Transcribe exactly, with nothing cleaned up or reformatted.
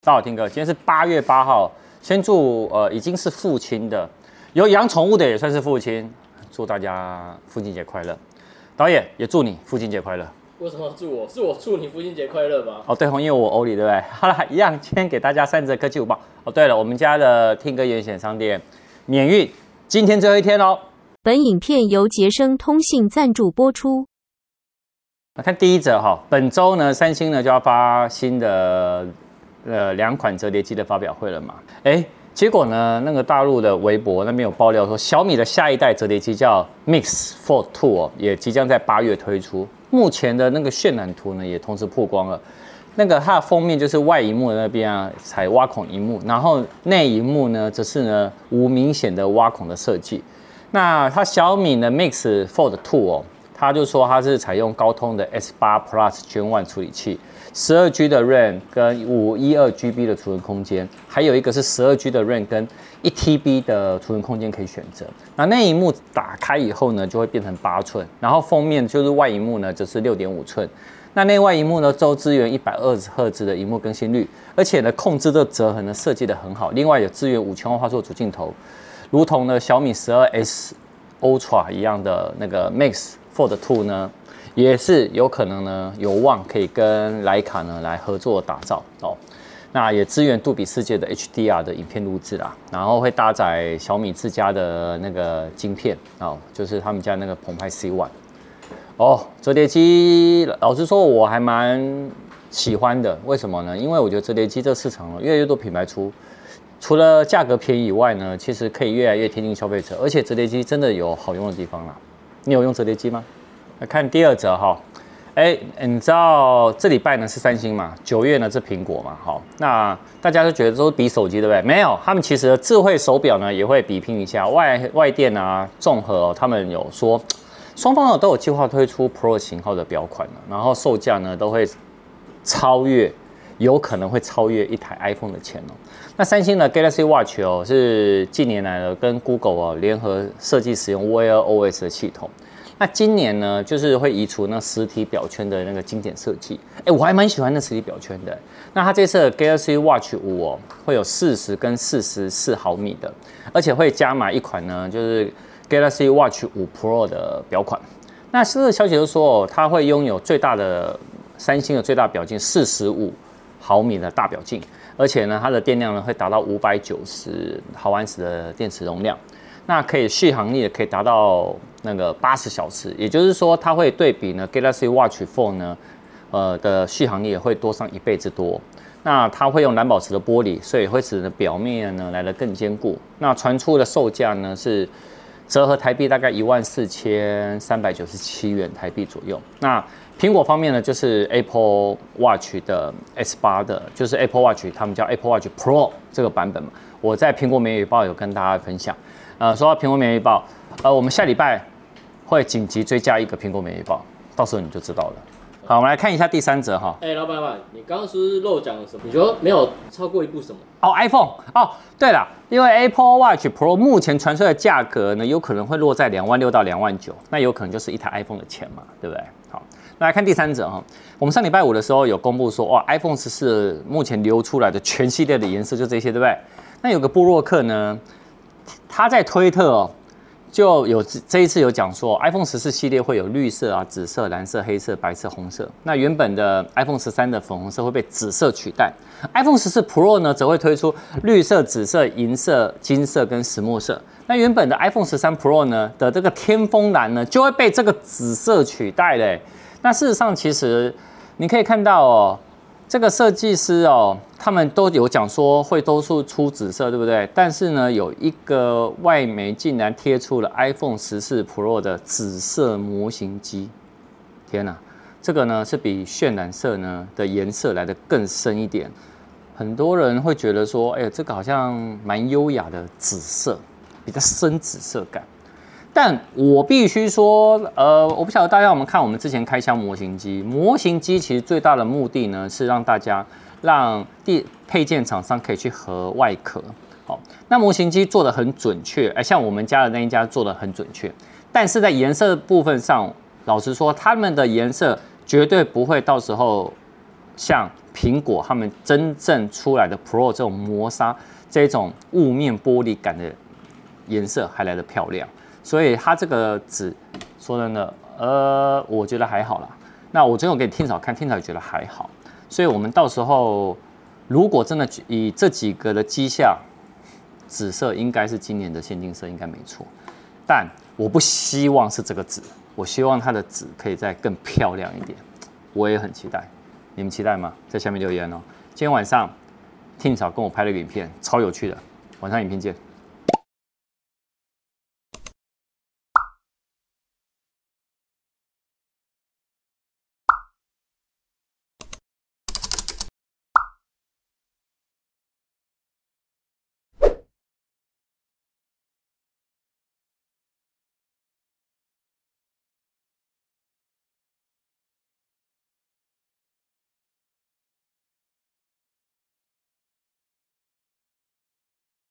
大家好，听哥，今天是八月八号，先祝呃已经是父亲的，有养宠物的也算是父亲，祝大家父亲节快乐。导演也祝你父亲节快乐。 为什么要祝我？是我祝你父亲节快乐吧？ 哦，对，因为我欧里对不对？好了，一样，今天给大家三则科技午报。哦，对了，我们家的听歌严选商店免运，今天最后一天哦。 本影片由杰生通信赞助播出。 来看第一则哈，本周呢，三星呢就要发新的。呃，两款折叠机的发表会了嘛？哎，结果呢，那个大陆的微博那边有爆料说，小米的下一代折叠机叫 Mix Fold 二哦，也即将在八月推出。目前的那个渲染图呢，也同时曝光了。那个它的封面就是外萤幕的那边啊，采挖孔萤幕，然后内萤幕呢，则是呢无明显的挖孔的设计。那它小米的 Mix Fold 二哦，它就说它是采用高通的 S 八 Plus Gen 一处理器。十二 G 的 RAM 跟五百一十二 G B 的储存空间，还有一个是十二 G 的 RAM 跟一 T B 的储存空间可以选择。那内萤幕打开以后呢，就会变成八寸，然后封面就是外萤幕呢，则是六点五寸。那内外萤幕呢，都支援一百二十赫兹的萤幕更新率，而且呢，控制的折痕呢设计的很好。另外有支援五千万画素主镜头，如同呢小米十二 S Ultra 一样的那个 Mix Fold 二呢。也是有可能呢，有望可以跟徕卡呢来合作打造哦。那也支援杜比世界的 H D R 的影片录制啦，然后会搭载小米自家的那个晶片哦，就是他们家那个澎湃 C 一 哦。折叠机，老实说我还蛮喜欢的，为什么呢？因为我觉得折叠机这市场呢越来越多品牌出，除了价格便宜以外呢，其实可以越来越贴近消费者，而且折叠机真的有好用的地方啦。你有用折叠机吗？来看第二则哈，哎，你知道这礼拜呢是三星嘛，九月呢是苹果嘛，好，那大家都觉得都是比手机对不对？没有，他们其实智慧手表呢也会比拼一下，外外电啊、综合、哦、他们有说，双方呢都有计划推出 Pro 型号的表款，然后售价呢都会超越，有可能会超越一台 iPhone 的钱哦。那三星的 Galaxy Watch 哦是近年来呢跟 Google 哦联合设计使用 Wear O S 的系统。那今年呢，就是会移除那实体表圈的那个经典设计。哎，我还蛮喜欢那实体表圈的。那它这次的 Galaxy Watch 五哦，会有四十跟四十四毫米的，而且会加码一款呢，就是 Galaxy Watch 五 Pro 的表款。那这个消息就说哦，它会拥有最大的三星的最大表径四十五毫米的大表径，而且呢，它的电量呢会达到五百九十毫安时的电池容量。那可以续航力可以达到那个八十小时，也就是说，它会对比呢 Galaxy Watch 四呢，呃的续航力也会多上一倍之多。那它会用蓝宝石的玻璃，所以会使得表面呢来得更坚固。那传出的售价呢是折合台币大概一万四千三百九十七元台币左右。那苹果方面呢，就是 Apple Watch 的 S 八 的，就是 Apple Watch， 他们叫 Apple Watch Pro 这个版本嘛。我在苹果每日报有跟大家分享。呃，说到苹果每日报，呃，我们下礼拜会紧急追加一个苹果每日报，到时候你就知道了。好，我们来看一下第三则哈。 哎、欸，老板，老板，你刚刚是不是漏讲了什么？你说没有超过一部什么？ 哦 ，iPhone。哦，对了，因为 Apple Watch Pro 目前传出的价格呢，有可能会落在两万六到两万九，那有可能就是一台 iPhone 的钱嘛，对不对？好，那来看第三则哈。我们上礼拜五的时候有公布说，哇 ，iPhone 十四目前流出来的全系列的颜色就这些，对不对？那有个部落客呢。他在推特哦，就有这一次有讲说 ，iPhone 十四系列会有绿色啊、紫色、蓝色、黑色、白色、红色。那原本的 iPhone 十三的粉红色会被紫色取代 ，iPhone 十四 Pro 呢则会推出绿色、紫色、银色、金色跟石墨色。那原本的 iPhone 十三 Pro 呢的这个天枫蓝呢就会被这个紫色取代嘞。那事实上，其实你可以看到哦。这个设计师哦，他们都有讲说会都是出紫色，对不对？但是呢，有一个外媒竟然贴出了 iPhone 十四 Pro 的紫色模型机，天哪！这个呢是比渲染色呢的颜色来得更深一点，很多人会觉得说，哎，这个好像蛮优雅的紫色，比较深紫色感。但我必须说，呃，我不晓得大家有没有看我们之前开箱模型机。模型机其实最大的目的呢，是让大家让第配件厂商可以去合外壳。好，那模型机做的很准确，哎，像我们家的那一家做的很准确。但是在颜色部分上，老实说，他们的颜色绝对不会到时候像苹果他们真正出来的 Pro 这种磨砂、这种雾面玻璃感的颜色还来得漂亮，所以它这个纸说真的，呃，我觉得还好啦。那我最后给听嫂看，听嫂也觉得还好，所以我们到时候如果真的以这几个的迹象，紫色应该是今年的限定色，应该没错。但我不希望是这个紫，我希望它的紫可以再更漂亮一点。我也很期待，你们期待吗？在下面留言哦。今天晚上听嫂跟我拍了个影片，超有趣的。晚上影片见。